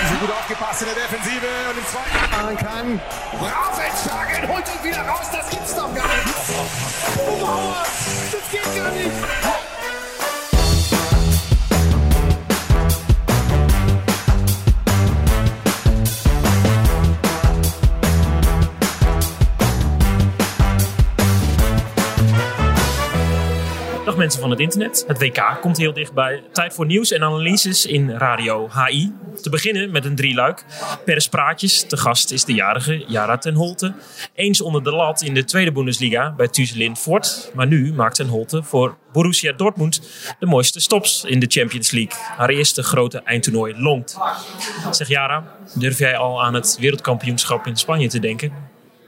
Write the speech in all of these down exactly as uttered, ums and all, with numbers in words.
Sie gut aufgepasst in der Defensive und im zweiten machen kann. Raufentschlagen, holt ihn wieder raus, das gibt's doch gar nicht. Oh, Mauer, das geht gar nicht. Dag mensen van het internet. Het W K komt heel dichtbij. Tijd voor nieuws en analyses in Radio H I. Te beginnen met een drieluik. Pers Praatjes. Te gast is de jarige Yara ten Holte. Eens onder de lat in de tweede Bundesliga bij Tuzlin Fort. Maar nu maakt ten Holte voor Borussia Dortmund de mooiste stops in de Champions League. Haar eerste grote eindtoernooi longt. Zeg Yara, durf jij al aan het wereldkampioenschap in Spanje te denken?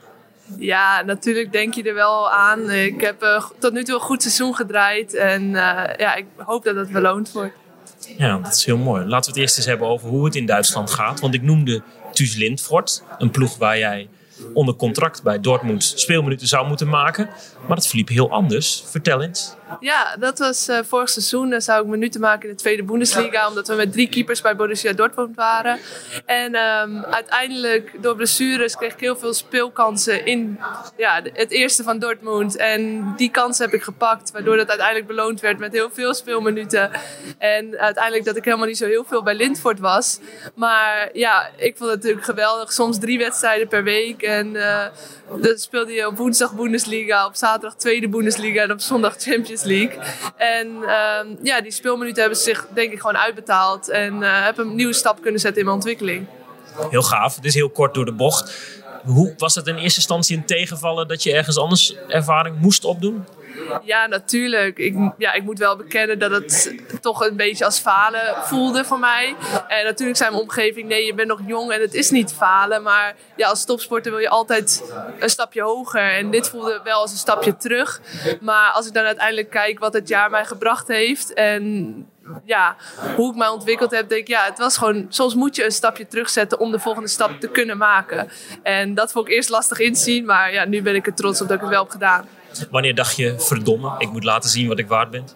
Ja, natuurlijk denk je er wel aan. Ik heb uh, tot nu toe een goed seizoen gedraaid. En uh, ja, ik hoop dat het beloond wordt. Ja, dat is heel mooi. Laten we het eerst eens hebben over hoe het in Duitsland gaat. Want ik noemde Tuzlin Fort, een ploeg waar jij onder contract bij Dortmund speelminuten zou moeten maken. Maar dat verliep heel anders. Vertel eens. Ja, dat was uh, vorig seizoen. Dan zou ik minuten maken in de tweede Bundesliga. Omdat we met drie keepers bij Borussia Dortmund waren. En um, uiteindelijk door blessures kreeg ik heel veel speelkansen in ja, het eerste van Dortmund. En die kansen heb ik gepakt. Waardoor dat uiteindelijk beloond werd met heel veel speelminuten. En uiteindelijk dat ik helemaal niet zo heel veel bij Lindfort was. Maar ja, ik vond het natuurlijk geweldig. Soms drie wedstrijden per week. En uh, dan speelde je op woensdag Bundesliga. Op zaterdag tweede Bundesliga. En op zondag Champions League. En uh, ja, die speelminuten hebben zich denk ik gewoon uitbetaald. En uh, heb een nieuwe stap kunnen zetten in mijn ontwikkeling. Heel gaaf. Het is heel kort door de bocht. Hoe was het in eerste instantie een tegenvallen dat je ergens anders ervaring moest opdoen? Ja, natuurlijk. Ik, ja, ik moet wel bekennen dat het toch een beetje als falen voelde voor mij. En natuurlijk zei mijn omgeving, nee, je bent nog jong en het is niet falen. Maar ja, als topsporter wil je altijd een stapje hoger. En dit voelde wel als een stapje terug. Maar als ik dan uiteindelijk kijk wat het jaar mij gebracht heeft en ja, hoe ik mij ontwikkeld heb, denk ik, ja, het was gewoon, soms moet je een stapje terugzetten om de volgende stap te kunnen maken. En dat vond ik eerst lastig inzien, maar ja, nu ben ik er trots op dat ik het wel heb gedaan. Wanneer dacht je, verdomme, ik moet laten zien wat ik waard ben?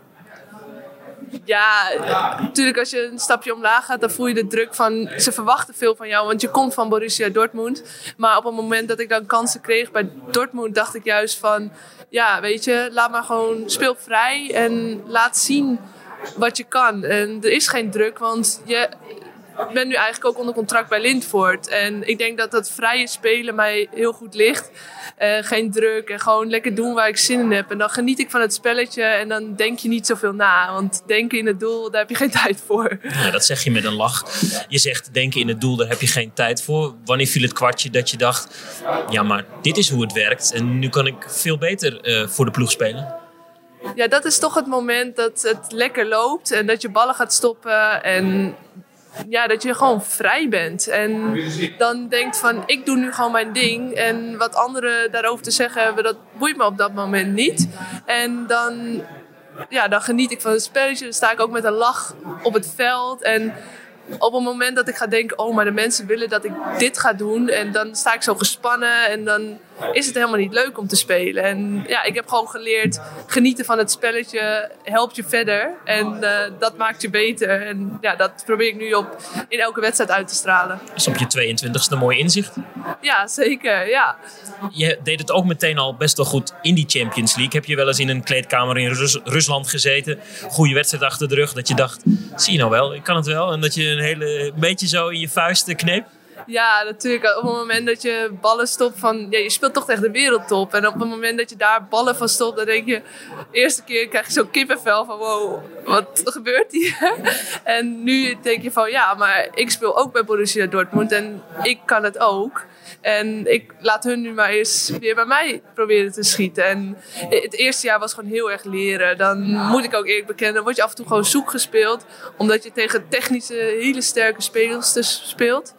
Ja, natuurlijk als je een stapje omlaag gaat, dan voel je de druk van, ze verwachten veel van jou, want je komt van Borussia Dortmund. Maar op het moment dat ik dan kansen kreeg bij Dortmund, dacht ik juist van, ja, weet je, laat maar gewoon, speel vrij en laat zien wat je kan. En er is geen druk, want je bent nu eigenlijk ook onder contract bij Lindfort. En ik denk dat dat vrije spelen mij heel goed ligt. Uh, geen druk en gewoon lekker doen waar ik zin in heb. En dan geniet ik van het spelletje en dan denk je niet zoveel na. Want denken in het doel, daar heb je geen tijd voor. Ja, dat zeg je met een lach. Je zegt denken in het doel, daar heb je geen tijd voor. Wanneer viel het kwartje dat je dacht, ja, maar dit is hoe het werkt. En nu kan ik veel beter uh, voor de ploeg spelen? Ja, dat is toch het moment dat het lekker loopt en dat je ballen gaat stoppen en ja, dat je gewoon vrij bent. En dan denkt van, ik doe nu gewoon mijn ding en wat anderen daarover te zeggen hebben, dat boeit me op dat moment niet. En dan, ja, dan geniet ik van het spelletje, dan sta ik ook met een lach op het veld en op het moment dat ik ga denken, oh, maar de mensen willen dat ik dit ga doen. En dan sta ik zo gespannen en dan is het helemaal niet leuk om te spelen. En ja, ik heb gewoon geleerd, genieten van het spelletje helpt je verder. En uh, dat maakt je beter. En ja, dat probeer ik nu op, in elke wedstrijd uit te stralen. Dus op je tweeëntwintigste een mooi inzicht? Ja, zeker, ja. Je deed het ook meteen al best wel goed in die Champions League. Heb je wel eens in een kleedkamer in Rus- Rusland gezeten? Goede wedstrijd achter de rug. Dat je dacht, zie je nou wel, ik kan het wel. En dat je een hele beetje zo in je vuisten kneep? Ja, natuurlijk. Op het moment dat je ballen stopt van, ja, je speelt toch tegen de wereldtop. En op het moment dat je daar ballen van stopt, dan denk je, de eerste keer krijg je zo'n kippenvel van, wow, wat gebeurt hier? En nu denk je van, ja, maar ik speel ook bij Borussia Dortmund en ik kan het ook. En ik laat hun nu maar eens weer bij mij proberen te schieten. En het eerste jaar was gewoon heel erg leren. Dan moet ik ook eerlijk bekennen, dan word je af en toe gewoon zoek gespeeld. Omdat je tegen technische, hele sterke spelers dus speelt.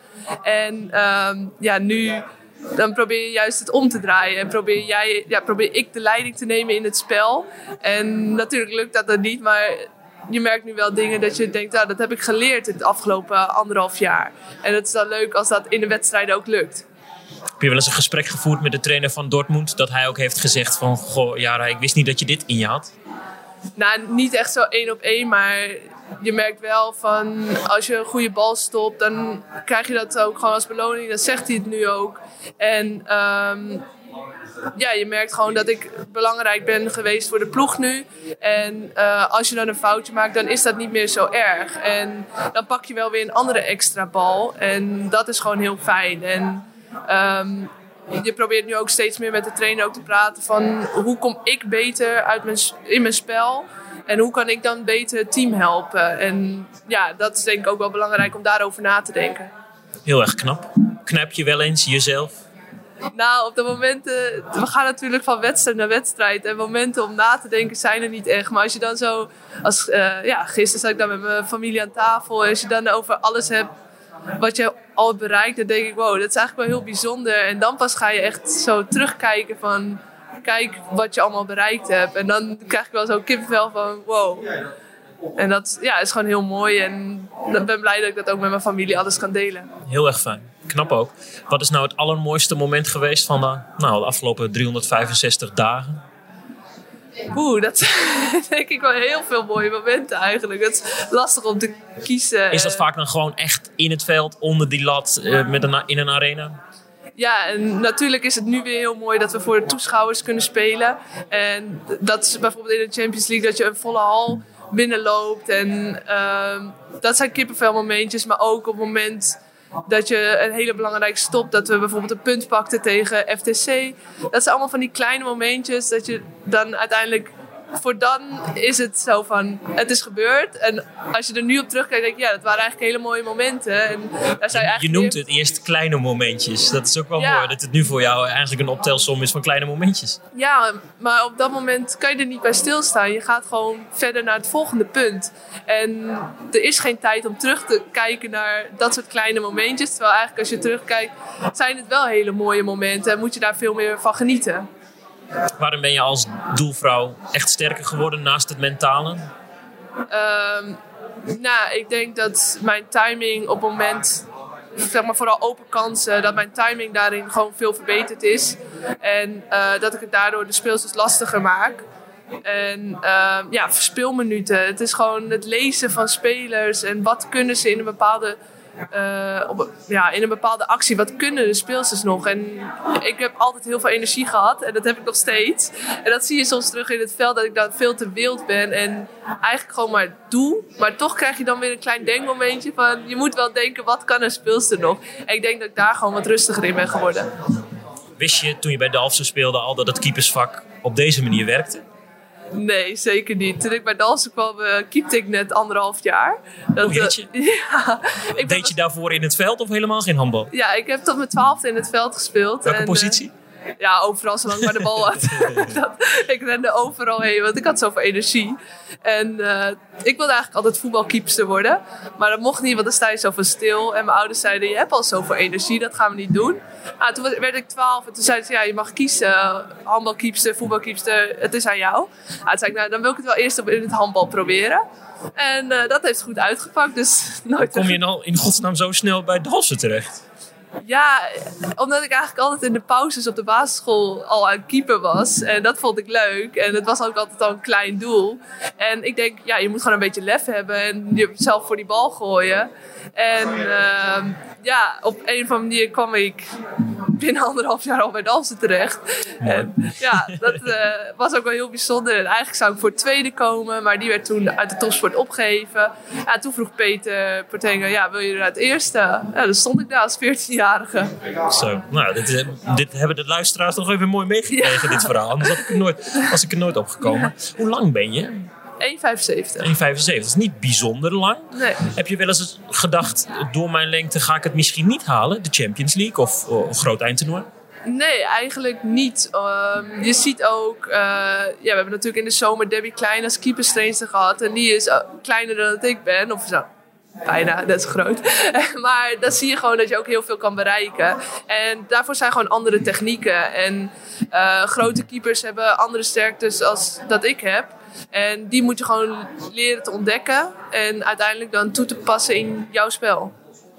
En um, ja, nu dan probeer je juist het om te draaien. En probeer, jij, ja, probeer ik de leiding te nemen in het spel. En natuurlijk lukt dat dan niet, maar je merkt nu wel dingen dat je denkt, nou, dat heb ik geleerd in het afgelopen anderhalf jaar. En het is dan leuk als dat in de wedstrijden ook lukt. Heb je wel eens een gesprek gevoerd met de trainer van Dortmund, dat hij ook heeft gezegd van, goh, Yara, ik wist niet dat je dit in je had? Nou, niet echt zo één op één, maar je merkt wel van als je een goede bal stopt, dan krijg je dat ook gewoon als beloning. Dat zegt hij het nu ook. En um, ja, je merkt gewoon dat ik belangrijk ben geweest voor de ploeg nu. En uh, als je dan een foutje maakt, dan is dat niet meer zo erg. En dan pak je wel weer een andere extra bal. En dat is gewoon heel fijn. En um, je probeert nu ook steeds meer met de trainer ook te praten van hoe kom ik beter uit mijn, in mijn spel en hoe kan ik dan beter het team helpen. En ja, dat is denk ik ook wel belangrijk om daarover na te denken. Heel erg knap. Knap je wel eens jezelf? Nou, op de momenten, we gaan natuurlijk van wedstrijd naar wedstrijd en momenten om na te denken zijn er niet echt. Maar als je dan zo, als, uh, ja, gisteren zat ik dan met mijn familie aan tafel en als je dan over alles hebt wat je al bereikt, dan denk ik, wow, dat is eigenlijk wel heel bijzonder. En dan pas ga je echt zo terugkijken van, kijk wat je allemaal bereikt hebt. En dan krijg ik wel zo'n kippenvel van, wow. En dat ja, is gewoon heel mooi. En ik ben blij dat ik dat ook met mijn familie alles kan delen. Heel erg fijn. Knap ook. Wat is nou het allermooiste moment geweest van de, nou, de afgelopen driehonderdvijfenzestig dagen? Oeh, dat zijn denk ik wel heel veel mooie momenten eigenlijk. Dat is lastig om te kiezen. Is dat vaak dan gewoon echt in het veld, onder die lat, uh, met een, in een arena? Ja, en natuurlijk is het nu weer heel mooi dat we voor de toeschouwers kunnen spelen. En dat is bijvoorbeeld in de Champions League dat je een volle hal binnenloopt. En uh, dat zijn kippenvelmomentjes, maar ook op het moment dat je een hele belangrijke stop, dat we bijvoorbeeld een punt pakten tegen F T C. Dat zijn allemaal van die kleine momentjes dat je dan uiteindelijk, voor dan is het zo van, het is gebeurd. En als je er nu op terugkijkt, denk je, ja, dat waren eigenlijk hele mooie momenten. En daar zou je, je noemt het eerst kleine momentjes. Dat is ook wel ja. mooi, dat het nu voor jou eigenlijk een optelsom is van kleine momentjes. Ja, maar op dat moment kan je er niet bij stilstaan. Je gaat gewoon verder naar het volgende punt. En er is geen tijd om terug te kijken naar dat soort kleine momentjes. Terwijl eigenlijk als je terugkijkt, zijn het wel hele mooie momenten. En moet je daar veel meer van genieten. Waarom ben je als doelvrouw echt sterker geworden naast het mentale? Um, nou, ik denk dat mijn timing op het moment, zeg maar vooral open kansen, dat mijn timing daarin gewoon veel verbeterd is. En uh, dat ik het daardoor de speelsters lastiger maak. En uh, ja, verspeelminuten. Het is gewoon het lezen van spelers en wat kunnen ze in een bepaalde Uh, op, ja, in een bepaalde actie, wat kunnen de speelsters nog? En ik heb altijd heel veel energie gehad en dat heb ik nog steeds. En dat zie je soms terug in het veld, dat ik dan veel te wild ben en eigenlijk gewoon maar doe. Maar toch krijg je dan weer een klein denkmomentje van, je moet wel denken, wat kan een speelster nog? En ik denk dat ik daar gewoon wat rustiger in ben geworden. Wist je toen je bij Dalfsen speelde al dat het keepersvak op deze manier werkte? Nee, zeker niet. Toen ik bij Dalfsen kwam, uh, keepte ik net anderhalf jaar. Dat, oh, jeetje. Uh, ja, ik Deed je daarvoor in het veld of helemaal geen handbal? Ja, ik heb tot mijn twaalfde in het veld gespeeld. Welke en, positie? Uh, ja, overal zolang maar de bal had. dat, ik rende overal heen, want ik had zoveel energie. En uh, ik wilde eigenlijk altijd voetbalkeepster worden. Maar dat mocht niet, want dan sta je zoveel stil. En mijn ouders zeiden, je hebt al zoveel energie, dat gaan we niet doen. Ah, toen werd ik twaalf en toen zeiden ze, ja, je mag kiezen. Handbalkeepster, voetbalkeepster, het is aan jou. Ah, toen zei ik, nou, dan wil ik het wel eerst in het handbal proberen. En uh, dat heeft goed uitgepakt. Dus nooit Kom je nou in godsnaam zo snel bij Dalfsen terecht? Ja, omdat ik eigenlijk altijd in de pauzes op de basisschool al aan keeper was. En dat vond ik leuk. En het was ook altijd al een klein doel. En ik denk, ja, je moet gewoon een beetje lef hebben. En jezelf voor die bal gooien. En uh, ja, op een of andere manier kwam ik binnen anderhalf jaar al bij Dalfsen terecht. En, ja, dat uh, was ook wel heel bijzonder. En eigenlijk zou ik voor het tweede komen. Maar die werd toen uit de topsport opgeheven. Ja, toen vroeg Peter Portenga, ja, wil je er uit het eerste? Ja, dan stond ik daar als veertienjarige. Zo, nou, dit, dit hebben de luisteraars nog even mooi meegekregen, ja. Dit verhaal. Anders had ik er nooit, was ik er nooit opgekomen. Ja. Hoe lang ben je? één komma vijfenzeventig. één komma vijfenzeventig, dat is niet bijzonder lang. Nee. Heb je wel eens gedacht, door mijn lengte ga ik het misschien niet halen? De Champions League of uh, een groot eindtoernooi? Nee, eigenlijk niet. Um, je ziet ook, uh, ja, we hebben natuurlijk in de zomer Debbie Klein als keeperstrainster gehad. En die is uh, kleiner dan dat ik ben. Of zo. Bijna, dat is groot. Maar dan zie je gewoon dat je ook heel veel kan bereiken. En daarvoor zijn gewoon andere technieken. En uh, grote keepers hebben andere sterktes als dat ik heb. En die moet je gewoon leren te ontdekken. En uiteindelijk dan toe te passen in jouw spel.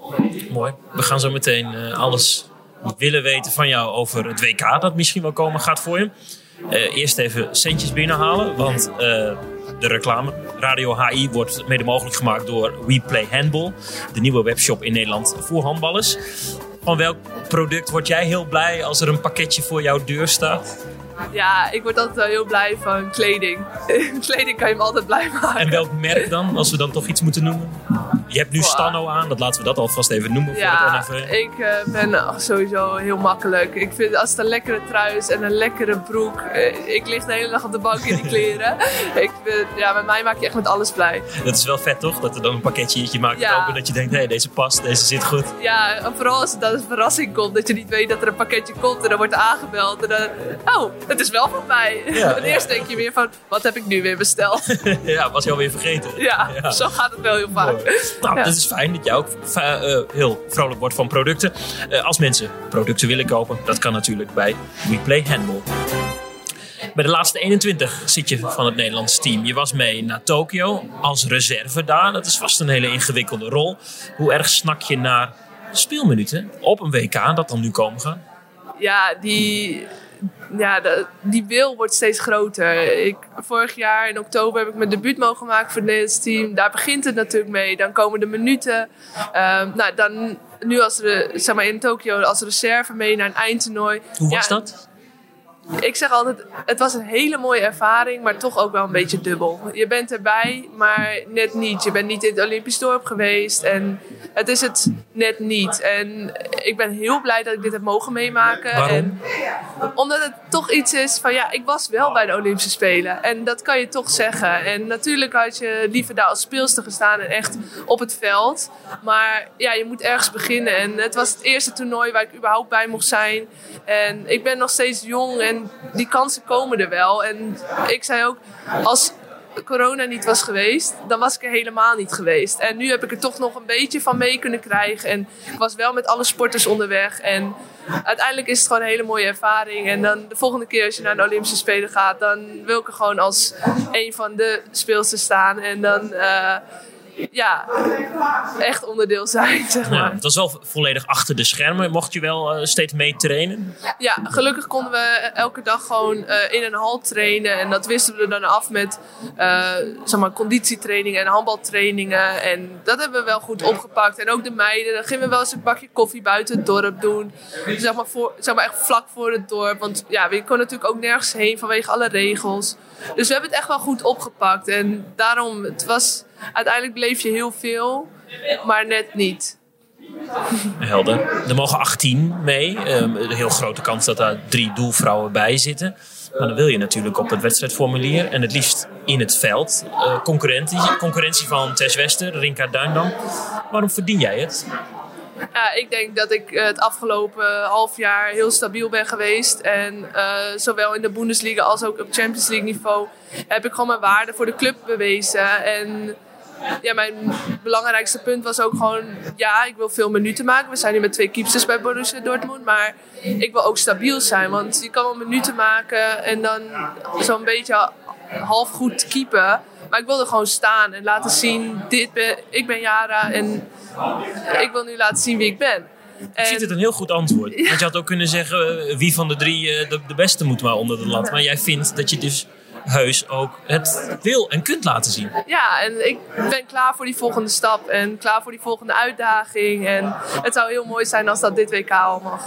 Mooi. We gaan zo meteen uh, alles willen weten van jou over het W K. Dat misschien wel komen gaat voor je. Uh, eerst even centjes binnenhalen. Want uh, de reclame. Radio H I wordt mede mogelijk gemaakt door We Play Handball. De nieuwe webshop in Nederland voor handballers. Van welk product word jij heel blij als er een pakketje voor jouw deur staat? Ja, ik word altijd wel heel blij van kleding. Kleding kan je me altijd blij maken. En welk merk dan, als we dan toch iets moeten noemen? Je hebt nu wow. Stano aan, dat laten we dat alvast even noemen ja, voor het N F V. Ik uh, ben uh, sowieso heel makkelijk. Ik vind als het een lekkere trui is en een lekkere broek. Uh, ik lig de hele dag op de bank in die kleren. ik vind, ja, met mij maak je echt met alles blij. Dat is wel vet toch? Dat er dan een pakketje maakt ja. open dat je denkt, hé, hey, deze past, deze zit goed. Ja, en vooral als het dan een verrassing komt. Dat je niet weet dat er een pakketje komt en dan wordt er aangebeld. En dan, oh, het is wel van mij. Ja, en eerst ja. denk je weer van, wat heb ik nu weer besteld? ja, was je alweer vergeten. Ja, ja, zo gaat het wel heel vaak. Nou, ja. dat is fijn dat jij ook uh, heel vrolijk wordt van producten. Uh, als mensen producten willen kopen, dat kan natuurlijk bij We Play Handball. Bij de laatste eenentwintig zit je van het Nederlandse team. Je was mee naar Tokio als reserve daar. Dat is vast een hele ingewikkelde rol. Hoe erg snak je naar speelminuten op een W K dat dan nu komen gaan? Ja, die... Ja, de, die wil wordt steeds groter. Ik, vorig jaar in oktober heb ik mijn debuut mogen maken voor het Nederlands team. Daar begint het natuurlijk mee. Dan komen de minuten. Uh, nou, dan nu als re, zeg maar in Tokio als reserve mee naar een eindtoernooi. Hoe was ja, dat? Ik zeg altijd, het was een hele mooie ervaring, maar toch ook wel een beetje dubbel. Je bent erbij, maar net niet. Je bent niet in het Olympisch dorp geweest en het is het net niet. En ik ben heel blij dat ik dit heb mogen meemaken. Waarom? En omdat het toch iets is van, ja, ik was wel bij de Olympische Spelen. En dat kan je toch zeggen. En natuurlijk had je liever daar als speelster gestaan en echt op het veld. Maar ja, je moet ergens beginnen. En het was het eerste toernooi waar ik überhaupt bij mocht zijn. En ik ben nog steeds jong en die kansen komen er wel. En ik zei ook, als corona niet was geweest, dan was ik er helemaal niet geweest. En nu heb ik er toch nog een beetje van mee kunnen krijgen. En ik was wel met alle sporters onderweg. En uiteindelijk is het gewoon een hele mooie ervaring. En dan de volgende keer als je naar de Olympische Spelen gaat, dan wil ik er gewoon als een van de speelsters staan. En dan... Uh, ja, echt onderdeel zijn, zeg maar. Ja, het was wel volledig achter de schermen. Mocht je wel uh, steeds mee trainen? Ja, gelukkig konden we elke dag gewoon uh, in een hal trainen. En dat wisten we dan af met uh, zeg maar, conditietrainingen en handbaltrainingen. En dat hebben we wel goed opgepakt. En ook de meiden, dan gingen we wel eens een bakje koffie buiten het dorp doen. Zeg maar, voor, zeg maar echt vlak voor het dorp. Want ja, we kon natuurlijk ook nergens heen vanwege alle regels. Dus we hebben het echt wel goed opgepakt. En daarom, het was... Uiteindelijk bleef je heel veel, maar net niet. Helder. Er mogen achttien mee. Um, een heel grote kans dat daar drie doelvrouwen bij zitten. Maar dan wil je natuurlijk op het wedstrijdformulier. En het liefst in het veld. Uh, concurrentie, concurrentie van Tess Wester, Rinka Duindam. Waarom verdien jij het? Ja, ik denk dat ik het afgelopen half jaar heel stabiel ben geweest. En uh, zowel in de Bundesliga als ook op Champions League niveau heb ik gewoon mijn waarde voor de club bewezen. En ja, mijn belangrijkste punt was ook gewoon, ja, ik wil veel minuten maken. We zijn nu met twee keepsters bij Borussia Dortmund, maar ik wil ook stabiel zijn. Want je kan wel minuten maken en dan zo'n beetje half goed keepen. Maar ik wilde gewoon staan en laten zien, dit ben, ik ben Yara en ik wil nu laten zien wie ik ben. Ik vind het een heel goed antwoord. Ja. Want je had ook kunnen zeggen, wie van de drie de, de beste moet maar onder de lat. Maar jij vindt dat je dus heus ook het wil en kunt laten zien. Ja, en ik ben klaar voor die volgende stap en klaar voor die volgende uitdaging. En het zou heel mooi zijn als dat dit W K al mag.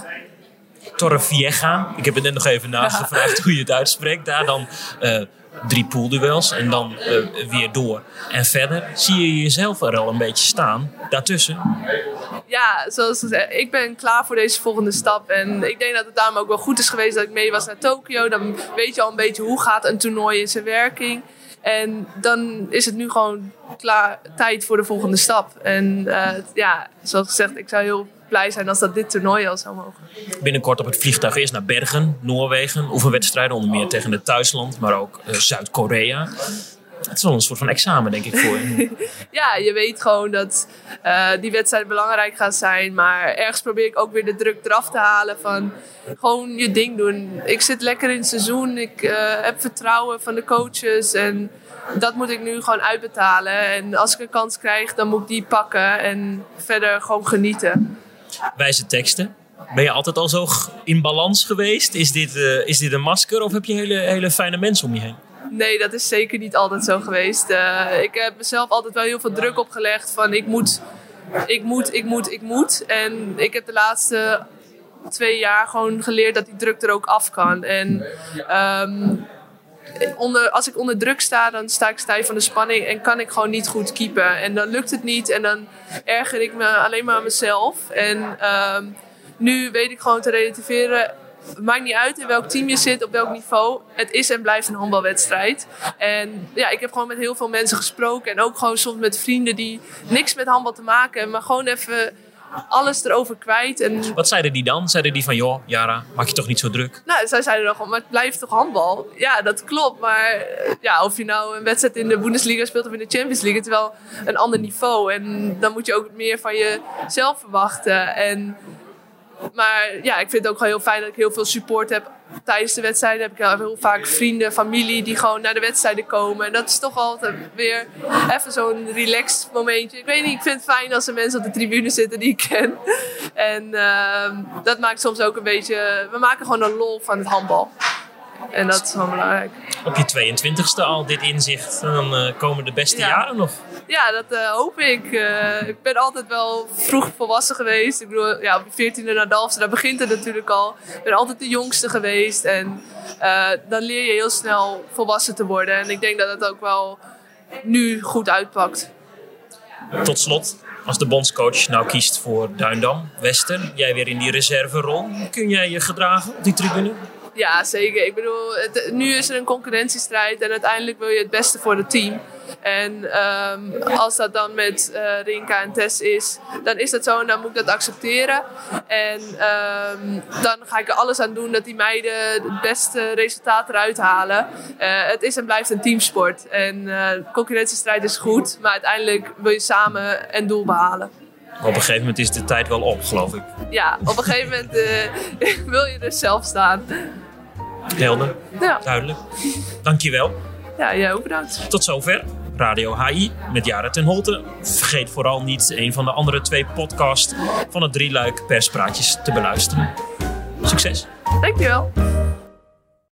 Torrevieja, ik heb het net nog even nagevraagd hoe je het uitspreekt. Daar dan uh, drie poolduels en dan uh, weer door. En verder zie je jezelf er al een beetje staan, daartussen. Ja, zoals gezegd, ik ben klaar voor deze volgende stap. En ik denk dat het daarom ook wel goed is geweest dat ik mee was naar Tokio. Dan weet je al een beetje hoe gaat een toernooi in zijn werking. En dan is het nu gewoon klaar, tijd voor de volgende stap. En uh, ja, zoals gezegd, ik zou heel blij zijn als dat dit toernooi al zou mogen. Binnenkort op het vliegtuig eerst naar Bergen, Noorwegen. Oefenwedstrijden onder meer tegen het thuisland, maar ook uh, Zuid-Korea. Het is wel een soort van examen, denk ik, voor je. Ja, je weet gewoon dat uh, die wedstrijd belangrijk gaat zijn. Maar ergens probeer ik ook weer de druk eraf te halen van gewoon je ding doen. Ik zit lekker in het seizoen. Ik uh, heb vertrouwen van de coaches. En dat moet ik nu gewoon uitbetalen. En als ik een kans krijg, dan moet ik die pakken. En verder gewoon genieten. Wijze teksten. Ben je altijd al zo in balans geweest? Is dit, uh, is dit een masker of heb je hele, hele fijne mensen om je heen? Nee, dat is zeker niet altijd zo geweest. Uh, ik heb mezelf altijd wel heel veel druk opgelegd van ik moet, ik moet, ik moet, ik moet. En ik heb de laatste twee jaar gewoon geleerd dat die druk er ook af kan. En um, onder, als ik onder druk sta, dan sta ik stijf van de spanning en kan ik gewoon niet goed keepen. En dan lukt het niet en dan erger ik me alleen maar aan mezelf. En um, nu weet ik gewoon te relativeren. Het maakt niet uit in welk team je zit, op welk niveau. Het is en blijft een handbalwedstrijd. En ja, ik heb gewoon met heel veel mensen gesproken. En ook gewoon soms met vrienden die niks met handbal te maken hebben. Maar gewoon even alles erover kwijt. En wat zeiden die dan? Zeiden die van, joh, Yara, maak je toch niet zo druk? Nou, zij zeiden dan gewoon, maar het blijft toch handbal? Ja, dat klopt. Maar ja, of je nou een wedstrijd in de Bundesliga speelt of in de Champions League, het is wel een ander niveau. En dan moet je ook meer van jezelf verwachten. En maar ja, ik vind het ook gewoon heel fijn dat ik heel veel support heb tijdens de wedstrijden. Heb ik heel vaak vrienden, familie die gewoon naar de wedstrijden komen. En dat is toch altijd weer even zo'n relaxed momentje. Ik weet niet, ik vind het fijn als er mensen op de tribune zitten die ik ken. En uh, dat maakt soms ook een beetje... We maken gewoon een lol van het handbal. En dat is gewoon belangrijk. Op je tweeëntwintigste al dit inzicht. En dan uh, komen de beste ja. jaren nog. Ja, dat uh, hoop ik. Uh, ik ben altijd wel vroeg volwassen geweest. Ik bedoel, ja, op je veertiende naar Dalfsen, daar begint het natuurlijk al. Ik ben altijd de jongste geweest. En uh, dan leer je heel snel volwassen te worden. En ik denk dat het ook wel nu goed uitpakt. Tot slot, als de bondscoach nou kiest voor Duindam, Wester, jij weer in die reserverol. Kun jij je gedragen op die tribune? Ja, zeker. Ik bedoel, het, nu is er een concurrentiestrijd en uiteindelijk wil je het beste voor het team. En um, als dat dan met uh, Rinka en Tess is, dan is dat zo en dan moet ik dat accepteren. En um, dan ga ik er alles aan doen dat die meiden het beste resultaat eruit halen. Uh, het is en blijft een teamsport. En uh, concurrentiestrijd is goed, maar uiteindelijk wil je samen een doel behalen. Op een gegeven moment is de tijd wel op, geloof ik. Ja, op een gegeven moment uh, wil je er zelf staan. Helder, ja. Duidelijk. Dankjewel. Ja, jij ook bedankt. Tot zover Radio H I met Yara ten Holte. Vergeet vooral niet een van de andere twee podcasts van het drieluik Perspraatjes te beluisteren. Succes. Dankjewel.